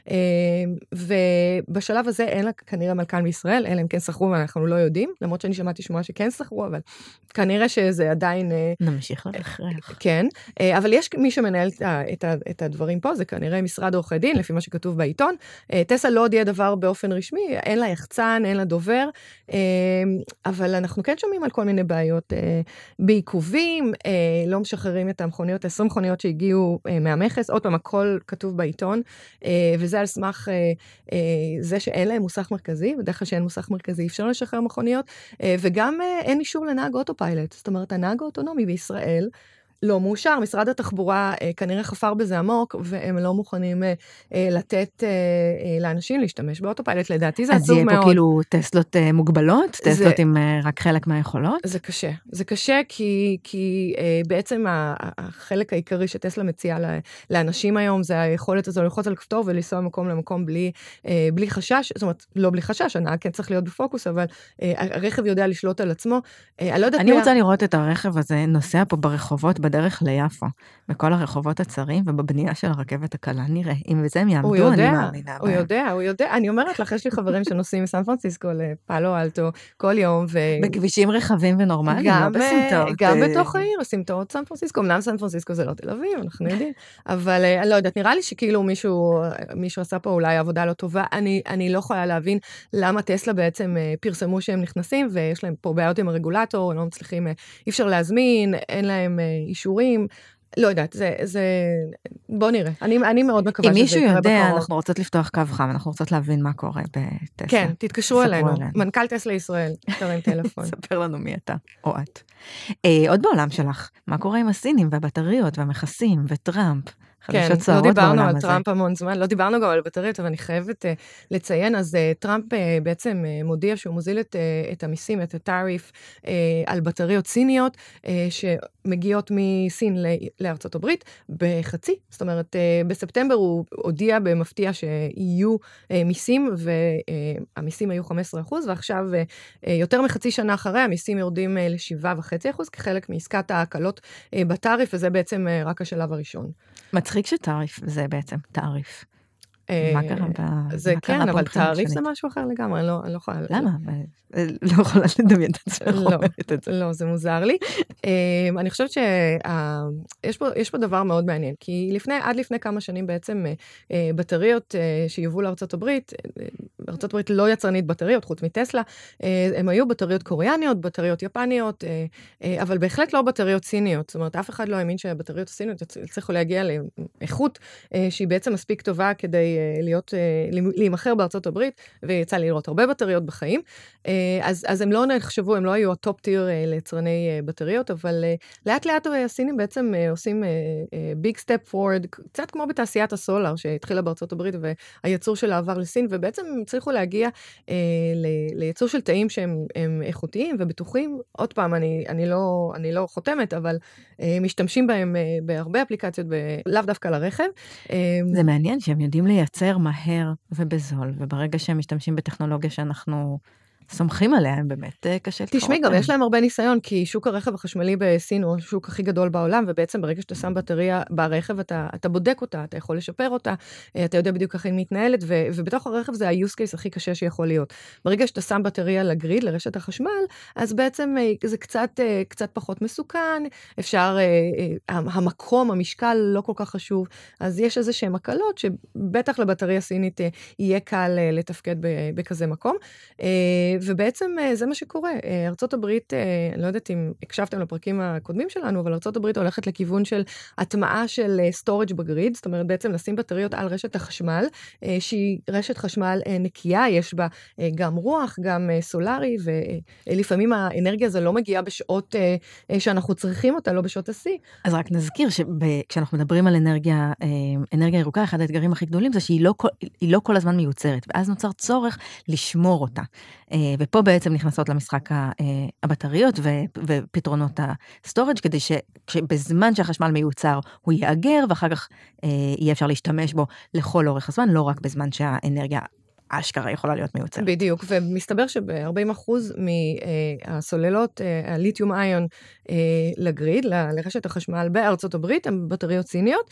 ובשלב הזה אין לה כנראה מלכן בישראל, אלא הם כן סחרו, ואנחנו לא יודעים, למרות שאני שמעתי שמועה שכן סחרו, אבל כנראה שזה עדיין... נמשיך ללכרח. כן, אבל יש מי שמנהל את, את הדברים פה, זה כנראה משרד עורכי דין, לפי מה שכתוב בעיתון, טסלה לא הודיעה דבר באופן רשמי, אין לה יחצן, אין לה דובר, אבל אנחנו כן שומעים על כל מיני בעיות בעיכובים, לא משחררים את המכוניות, עשרים מכוניות שהגיעו מהמכס, עוד פעם, הכל כתוב בעיתון, וזה על סמך זה שאין להם מוסך מרכזי, בדרך כלל שאין מוסך מרכזי, אפשר לשחרר מכוניות, וגם אין אישור לנהג אוטופיילוט, זאת אומרת, הנהג האוטונומי בישראל, לא מאושר, משרד התחבורה אה, כנראה חפר בזה עמוק, והם לא מוכנים אה, אה, לתת אה, אה, לאנשים להשתמש באוטופיילוט, לדעתי זה עצוב מאוד. אז יהיה פה כאילו טסלות אה, מוגבלות, זה, טסלות עם אה, רק חלק מהיכולות? זה קשה, זה קשה כי, כי אה, בעצם החלק העיקרי שטסלה מציעה לאנשים היום, זה היכולת הזו ללחוץ על כפתור ולנסוע מקום למקום בלי, אה, בלי חשש, זאת אומרת, לא בלי חשש, הנהג כן צריך להיות בפוקוס, אבל אה, הרכב יודע לשלוט על עצמו. אה, אני לא יודעת אני מה... רוצה לראות את הרכב הזה נוסע פה ברחובות, בדרך ליפו, בכל הרחובות הצרים, ובבנייה של הרכבת הקלה, נראה. אם בזה הם יעמדו, יודע, אני מאמינה. הוא יודע, הוא יודע. אני אומרת לך, יש לי חברים שנוסעים מסן פרנסיסקו לפאלו אלטו כל יום. ו... בכבישים רחבים ונורמליים, גם, לא בסמטאות. גם בתוך העיר, סמטאות סן פרנסיסקו. אמנם סן פרנסיסקו זה לא תל אביב, אנחנו יודעים. אבל אני לא יודעת, נראה לי שכאילו מישהו, מישהו עשה פה אולי עבודה לא טובה. אני, אני לא יכולה להבין למה טסלה בעצם פרסמו שהם נכנסים, ויש להם פה בעיות עם הרגולטור, לא מצליחים, אי אפשר להזמין, אין להם אישורים. לא יודעת, זה, זה, בוא נראה. אני, אני מאוד מקווה שזה יקרה בקרוב. אם מישהו יודע, אנחנו רוצות לפתוח קו חם, אנחנו רוצות להבין מה קורה בטסלה. כן, תתקשרו אלינו. מנכ"ל טסלה ישראל, תרים טלפון. ספר לנו מי אתה, או את. אה, עוד בעולם שלך, מה קורה עם הסינים והבטריות והמכסים וטראמפ? כן, לא דיברנו על טראמפ המון זמן, לא דיברנו גם על בטריות, אבל אני חייבת לציין, אז טראמפ בעצם מודיע שהוא מוזיל את המיסים, את הטאריף על בטריות סיניות, שמגיעות מסין לארצות הברית בחצי, זאת אומרת, בספטמבר הוא הודיע במפתיע שיהיו מיסים, והמיסים היו חמישה עשר אחוז, ועכשיו יותר מחצי שנה אחרי, המיסים יורדים ל-שבעה נקודה חמש אחוז, כחלק מעסקת ההקלות בטאריף, וזה בעצם רק השלב הראשון. מצחיק שטאריף זה בעצם תעריף. מה קרה ב... זה כן, אבל תעריף זה משהו אחר לגמרי, אני לא יכולה... למה? לא יכולה לדמיין את עצמך. לא, זה מוזר לי. אני חושבת שיש פה דבר מאוד מעניין, כי עד לפני כמה שנים בעצם בטריות שיובאו לארצות הברית, ארצות הברית לא יצרנית בטריות, חוץ מטסלה, הם היו בטריות קוריאניות, בטריות יפניות, אבל בהחלט לא בטריות סיניות. זאת אומרת, אף אחד לא האמין שהבטריות הסיניות יצליחו להגיע לאיכות שהיא בעצם מספיק טובה כדי להיות, להימחר בארצות הברית, ויצא לראות הרבה בטריות בחיים. אז, אז הם לא נחשבו, הם לא היו הטופ טיר ליצרני בטריות, אבל לאט לאט הסינים בעצם עושים ביג סטפ פורד, קצת כמו בתעשיית הסולר שהתחילה בארצות הברית, והייצור שלה עבר לסין, ובעצם הם הצליחו להגיע לייצור של תאים שהם איכותיים ובטוחים. עוד פעם, אני, אני לא, אני לא חותמת, אבל משתמשים בהם בהרבה אפליקציות, לאו דווקא לרכב. זה מעניין שהם יודעים לייצר מהר ובזול, וברגע שהם משתמשים בטכנולוגיה שאנחנו סומכים עליה, הם באמת קשה לתחרות. תשמעי, גם יש להם הרבה ניסיון, כי שוק הרכב החשמלי בסין הוא השוק הכי גדול בעולם, ובעצם ברגע שאתה שם בטריה ברכב, אתה, אתה בודק אותה, אתה יכול לשפר אותה, אתה יודע בדיוק איך היא מתנהלת, ו, ובתוך הרכב זה ה-use case הכי קשה שיכול להיות. ברגע שאתה שם בטריה לגריד, לרשת החשמל, אז בעצם זה קצת, קצת פחות מסוכן, אפשר, המקום, המשקל לא כל כך חשוב, אז יש איזה שהם הקלות, שבטח לבטריה סינית יהיה קל לתפקד בכזה מקום, ובעצם זה מה שקורה. ארצות הברית, אני לא יודעת אם הקשבתם לפרקים הקודמים שלנו, אבל ארצות הברית הולכת לכיוון של הטמעה של סטורג' בגריד, זאת אומרת בעצם לשים בטריות על רשת החשמל, שהיא רשת חשמל נקייה, יש בה גם רוח, גם סולרי, ולפעמים האנרגיה הזו לא מגיעה בשעות שאנחנו צריכים אותה, לא בשעות השיא. אז רק נזכיר שכשאנחנו מדברים על אנרגיה, אנרגיה ירוקה, אחד האתגרים הכי גדולים זה שהיא לא, היא לא כל הזמן מיוצרת, ואז נוצר צורך לשמור אותה. ופה בעצם נכנסות למשחק הבטריות ופתרונות הסטורג' כדי שבזמן שהחשמל מיוצר הוא יאגר, ואחר כך יהיה אפשר להשתמש בו לכל אורך הזמן, לא רק בזמן שהאנרגיה אשכרה יכולה להיות מיוצרת. בדיוק, ומסתבר שב-ארבעים אחוז מהסוללות, הליתיום איון לגריד, לרשת החשמל בארצות הברית, הן בטריות סיניות,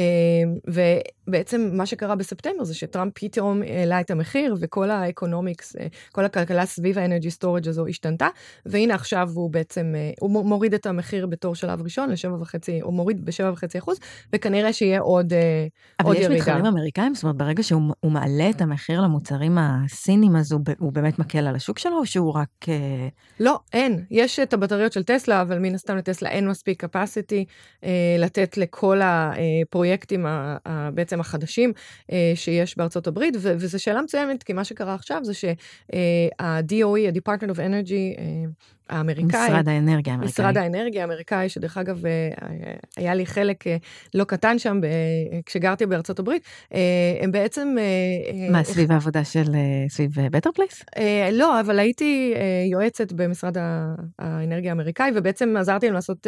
ובעצם מה שקרה בספטמבר זה שטראמפ פתאום העלה את המחיר, וכל האקונומיקס, כל הכלכלה סביב האנרגי סטורג' הזו השתנתה, והנה עכשיו הוא בעצם, הוא מוריד את המחיר בתור שלב ראשון, לשבע וחצי, הוא מוריד בשבע וחצי אחוז, וכנראה שיהיה עוד ירידה. אבל יש מתחרים אמריקאים, זאת אומרת, ברגע שהוא מעלה את המחיר למוצר, המוצרים הסינים, אז הוא, הוא באמת מקל על השוק שלו, או שהוא רק... לא, אין. יש את הבטריות של טסלה, אבל מן הסתם לטסלה אין מספיק capacity אה, לתת לכל הפרויקטים ה, ה, בעצם החדשים אה, שיש בארצות הברית, ו- וזו שאלה מצוינת, כי מה שקרה עכשיו זה שה-די או אי, ה-Department of Energy, אה, האמריקאי, משרד האנרגיה האמריקאי. משרד האנרגיה האמריקאי, שדרך אגב, היה לי חלק לא קטן שם, כשגרתי בארצות הברית, הם בעצם... מה, סביב העבודה של, סביב Better Place? לא, אבל הייתי יועצת במשרד האנרגיה האמריקאי, ובעצם עזרתי להם לעשות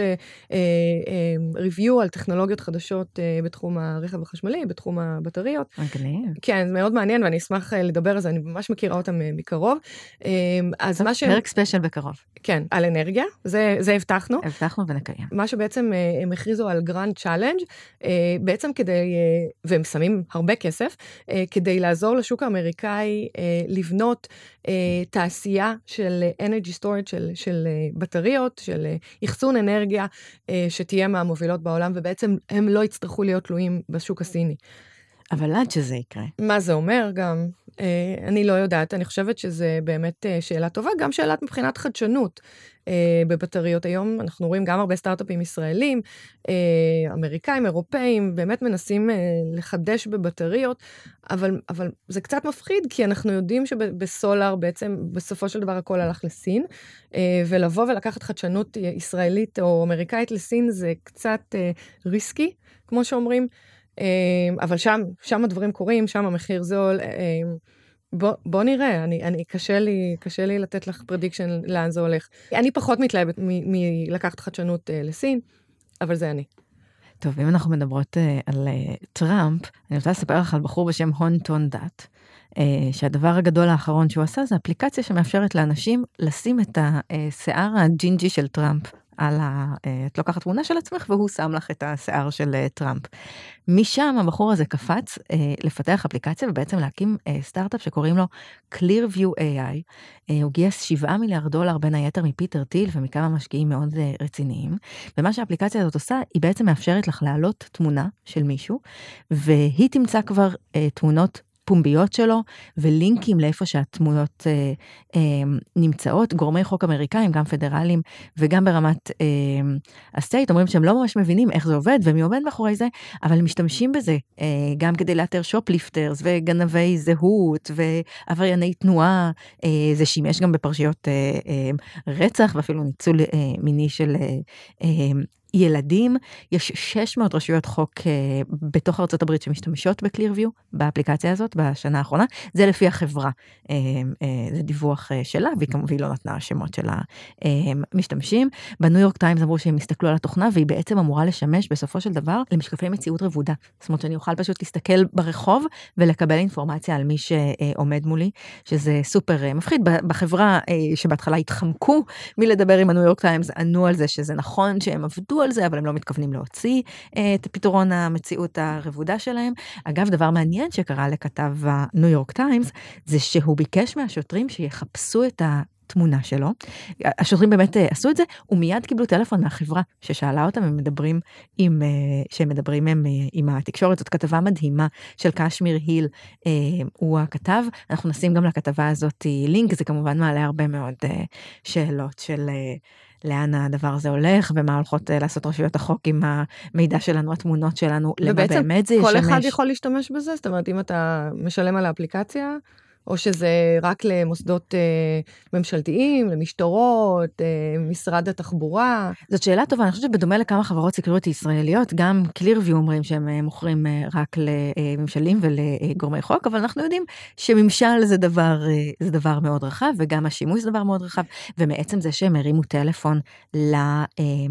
ריוויו על טכנולוגיות חדשות בתחום הרכב החשמלי, בתחום הבטריות. מגניב. כן, זה מאוד מעניין, ואני אשמח לדבר על זה, אני ממש מכירה אותם מקרוב. אז מה ש... פרק ספיישל בקרוב. כן, על אנרגיה, זה, זה הבטחנו. הבטחנו ונקיים. מה שבעצם הם הכריזו על גרנד צ'אלנג', בעצם כדי, והם שמים הרבה כסף, כדי לעזור לשוק האמריקאי לבנות תעשייה של אנרגי סטורג' של, של בטריות, של אחסון אנרגיה, שתהיה מהמובילות בעולם, ובעצם הם לא יצטרכו להיות תלויים בשוק הסיני. אבל עד שזה יקרה. מה זה אומר גם? אני לא יודעת, אני חושבת שזה באמת שאלה טובה, גם שאלת מבחינת חדשנות בבטריות היום, אנחנו רואים גם הרבה סטארט-אפים ישראלים, אמריקאים, אירופאים, באמת מנסים לחדש בבטריות, אבל, אבל זה קצת מפחיד, כי אנחנו יודעים שבסולר בעצם בסופו של דבר הכל הלך לסין, ולבוא ולקחת חדשנות ישראלית או אמריקאית לסין זה קצת ריסקי, כמו שאומרים, אבל שם, שם הדברים קורים, שם המחיר זול, בוא, בוא נראה, אני, אני, קשה לי, קשה לי לתת לך פרדיקשן לאן זה הולך. אני פחות מתלהבת מלקחת חדשנות לסין, אבל זה אני. טוב, אם אנחנו מדברות uh, על uh, טראמפ, אני רוצה לספר לך על בחור בשם הון טון דאט, uh, שהדבר הגדול האחרון שהוא עשה, זה אפליקציה שמאפשרת לאנשים לשים את השיער הג'ינג'י של טראמפ, על ה... את לוקחת תמונה של עצמך, והוא שם לך את השיער של uh, טראמפ. משם הבחור הזה קפץ uh, לפתח אפליקציה, ובעצם להקים uh, סטארט-אפ שקוראים לו Clearview איי איי. Uh, הוא גייס שבעה מיליארד דולר בין היתר מפיטר טיל, ומכמה משקיעים מאוד uh, רציניים. ומה שהאפליקציה הזאת עושה, היא בעצם מאפשרת לך להעלות תמונה של מישהו, והיא תמצא כבר uh, תמונות פומביות שלו, ולינקים לאיפה שהתמונות אה, אה, נמצאות, גורמי חוק אמריקאים, גם פדרליים, וגם ברמת אה, הסטייט, אומרים שהם לא ממש מבינים איך זה עובד, ומי עומד מאחורי זה, אבל משתמשים בזה, אה, גם כדי לאתר שופליפטרס, וגנבי זהות, ועברייני תנועה, אה, זה שימש גם בפרשיות אה, אה, רצח, ואפילו ניצול אה, מיני של אה, אה, ילדים. יש שש מאות רשויות חוק uh, בתוך ארצות הברית שמשתמשות בקלירוויו, באפליקציה הזאת, בשנה האחרונה. זה לפי החברה. Uh, uh, זה דיווח uh, שלה, והיא כמובן לא נתנה השמות של המשתמשים. Uh, בניו יורק טיימס אמרו שהם הסתכלו על התוכנה, והיא בעצם אמורה לשמש בסופו של דבר למשקפי מציאות רבודה. זאת אומרת שאני אוכל פשוט להסתכל ברחוב, ולקבל אינפורמציה על מי שעומד מולי, שזה סופר uh, מפחיד. בחברה uh, שבהתחלה התחמקו מלדבר עם הניו יורק טיימס, ענו על זה שזה נכון שהם עבדו על זה, אבל הם לא מתכוונים להוציא את פתרון המציאות הרבודה שלהם. אגב, דבר מעניין שקרה לכתב הניו יורק טיימס, זה שהוא ביקש מהשוטרים שיחפשו את התמונה שלו. השוטרים באמת עשו את זה, ומיד קיבלו טלפון מהחברה, ששאלה אותם, הם מדברים עם, שהם מדברים עם, עם התקשורת. זאת כתבה מדהימה של קשמיר היל, הוא הכתב. אנחנו נשים גם לכתבה הזאת לינק, זה כמובן מעלה הרבה מאוד שאלות של לאן הדבר הזה הולך, ומה הולכות לעשות רשויות החוק עם המידע שלנו, התמונות שלנו, למה באמת זה ישמש. ובעצם כל אחד יכול להשתמש בזה? זאת אומרת, אם אתה משלם על האפליקציה, או שזה רק למוסדות אה, ממשלתיים, למשטרות, אה, משרד התחבורה? זאת שאלה טובה, אני חושבת שבדומה לכמה חברות סקריוטי ישראליות, גם קלירוויו אומרים שהם מוכרים אה, רק לממשלים ולגורמי חוק, אבל אנחנו יודעים שממשל זה דבר, אה, זה דבר מאוד רחב, וגם השימוש זה דבר מאוד רחב, ומעצם זה שהם הרימו טלפון ל, אה,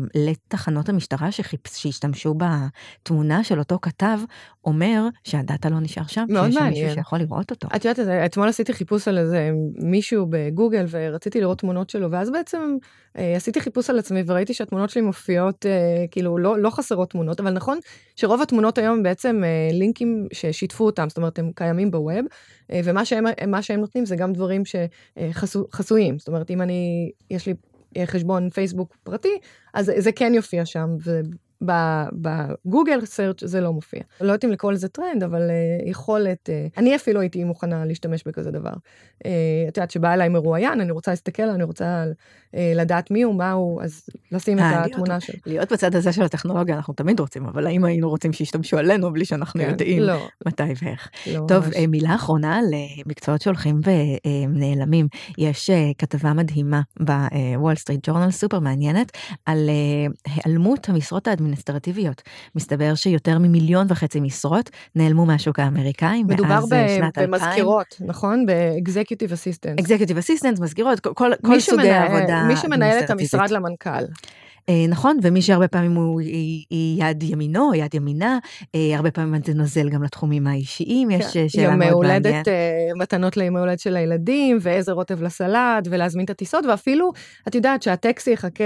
לתחנות המשטרה שחיפש, שהשתמשו בתמונה של אותו כתב, אומר שהדאטה לא נשאר שם, שיש שם מישהו שיכול לראות אותו. את יודעת, אתמול עשיתי חיפוש על איזה מישהו בגוגל, ורציתי לראות תמונות שלו, ואז בעצם אה, עשיתי חיפוש על עצמי, וראיתי שהתמונות שלי מופיעות, אה, כאילו לא, לא חסרות תמונות, אבל נכון שרוב התמונות היום בעצם אה, לינקים ששיתפו אותם, זאת אומרת, הם קיימים בווב, אה, ומה שהם, מה שהם נותנים זה גם דברים שחסויים, זאת אומרת, אם אני, יש לי חשבון פייסבוק פרטי, אז זה כן יופיע שם, ו... בגוגל סרצ' זה לא מופיע. לא יודעת אם לקרוא לזה טרנד, אבל uh, יכולת, uh, אני אפילו הייתי מוכנה להשתמש בכזה דבר. Uh, את יודעת שבא אליי מרואיין, אני רוצה להסתכל, אני רוצה uh, לדעת מי הוא, מה הוא, אז לשים 아, את התמונה להיות, שלו. להיות בצד הזה של הטכנולוגיה, אנחנו תמיד רוצים, אבל האם היינו רוצים שישתמשו עלינו, בלי שאנחנו כן, יודעים לא. מתי ואיך. לא טוב, ממש. מילה אחרונה למקצועות שהולכים ונעלמים. יש uh, כתבה מדהימה בוול סטריט ג'ורנל, סופר מעניינת, על uh, העלמות המשרות האדמיניסטרטיביות. אדמיניסטרטיביות. מסתבר שיותר ממיליון וחצי משרות נעלמו מהשוק האמריקאי מדובר מאז ב- שנת אלפיים. במזכירות, נכון? ב-executive assistants. executive assistants, מזכירות, כל, כל סוגי מנהל, העבודה. מי שמנהל את המשרד למנכ"ל. נכון, ומי שהרבה פעמים הוא היא יד ימינו, יד ימינה, הרבה פעמים זה נוזל גם לתחומים האישיים, יש שאלה מאוד מעניינת. יום הולדת, מתנות ליום הולדת של הילדים, ואיזה רוטב לסלט, ולהזמין את הטיסות, ואפילו, את יודעת שהטקסי יחכה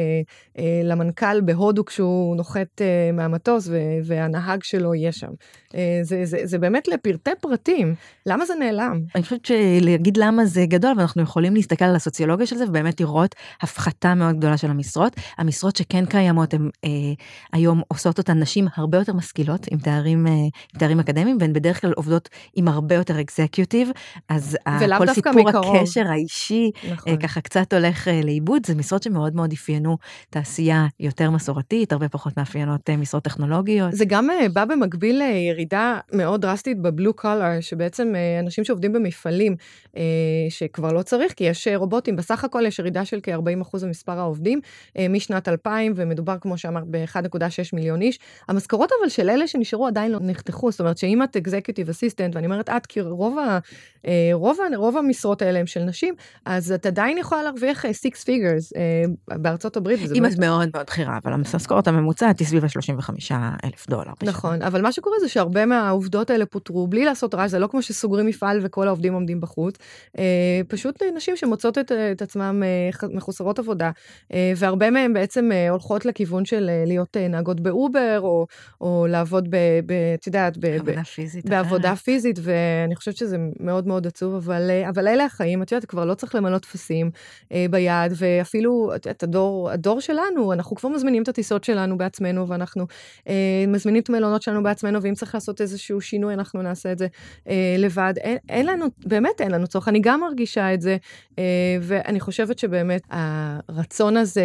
למנכ"ל בהודו, כשהוא נוחת מהמטוס, והנהג שלו יהיה שם. זה, זה, זה באמת לפרטי פרטים. למה זה נעלם? אני חושבת שלהגיד למה זה גדול, ואנחנו יכולים להסתכל על הסוציולוגיה של זה, ובאמת לראות הפחתה מאוד גדולה של המשרות. המשרות שכן קיימות, הן אה, היום עושות אותן נשים הרבה יותר משכילות, עם תארים, אה, עם תארים אקדמיים, והן בדרך כלל עובדות עם הרבה יותר אקזקיוטיב, אז כל סיפור מקרוב. הקשר האישי, נכון. אה, ככה קצת הולך אה, לאיבוד, זה משרות שמאוד מאוד אפיינו תעשייה יותר מסורתית, הרבה פחות מאפיינות אה, משרות טכנולוגיות. זה גם אה, בא במקביל לירידה מאוד דרסטית בבלו קולר, שבעצם אה, אנשים שעובדים במפעלים, אה, שכבר לא צריך, כי יש רובוטים, בסך הכל יש ירידה של כ-ארבעים אחוז במספר העובדים, אה, משנת אלפיים, ומדובר, כמו שאמרת, ב-אחד נקודה שש מיליון איש. המשכורות אבל של אלה שנשארו עדיין לא נחתכו, זאת אומרת שאם את executive assistant, ואני אומרת את, כי רוב, ה, רוב, רוב המשרות האלה הם של נשים, אז את עדיין יכולה להרוויח six figures בארצות הברית. אם את מאוד מאוד בחירה, אבל המשכורת הממוצעת היא סביב ה-שלושים וחמישה אלף דולר. נכון, אבל מה שקורה זה שהרבה מהעובדות האלה פוטרו, בלי לעשות רעש, זה לא כמו שסוגרים מפעל וכל העובדים עומדים בחוץ, פשוט נשים שמוצאות את, את עצמם מחוסרות עבודה, והרבה מהם בעצם הולכות לכיוון של להיות נהגות באובר, או, או לעבוד ב, ב, את יודעת, ב, בעבודה פיזית. בעבודה פיזית, ואני חושבת שזה מאוד מאוד עצוב, אבל, אבל אלה החיים, את יודעת, כבר לא צריך למלא תפסים ביד, ואפילו את הדור, הדור שלנו, אנחנו כבר מזמינים את הטיסות שלנו בעצמנו, ואנחנו מזמינים את המלונות שלנו בעצמנו, ואם צריך לעשות איזשהו שינוי, אנחנו נעשה את זה לבד. אין, אין לנו, באמת אין לנו צורך, אני גם מרגישה את זה, ואני חושבת שבאמת הרצון הזה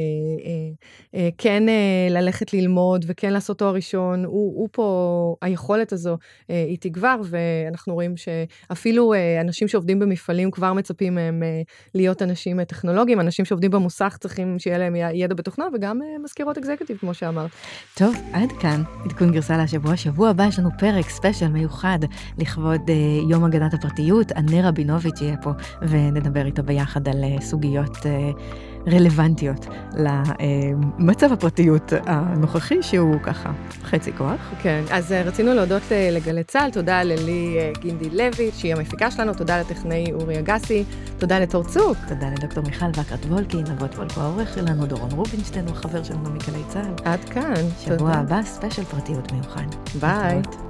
כן ללכת ללמוד וכן לעשות תואר ראשון, הוא, הוא פה, היכולת הזו היא תגבר, ואנחנו רואים שאפילו אנשים שעובדים במפעלים כבר מצפים מהם להיות אנשים טכנולוגיים, אנשים שעובדים במוסך צריכים שיהיה להם ידע בתוכנה, וגם מזכירות אקזקוטיב, כמו שאמרת. טוב, עד כאן עדכון גרסה לשבוע. שבוע הבא יש לנו פרק ספיישל מיוחד לכבוד uh, יום הגנת הפרטיות. ענר רבינוביץ' יהיה פה, ונדבר איתו ביחד על uh, סוגיות uh, רלוונטיות למצב הפרטיות הנוכחי, שהוא ככה חצי כוח. כן, אז uh, רצינו להודות uh, לגלי צהל, תודה ללי uh, גינדי לוי, שהיא המפיקה שלנו, תודה לטכנאי אורי אגסי, תודה לתור צוק. תודה לדוקטור מיכל וקרת וולקין, אבות וולקו העורך שלנו, דורון רובינשטיין, הוא החבר שלנו מגלי צהל. עד כאן. שבוע הבא, ספיישל פרטיות מיוחד. ביי.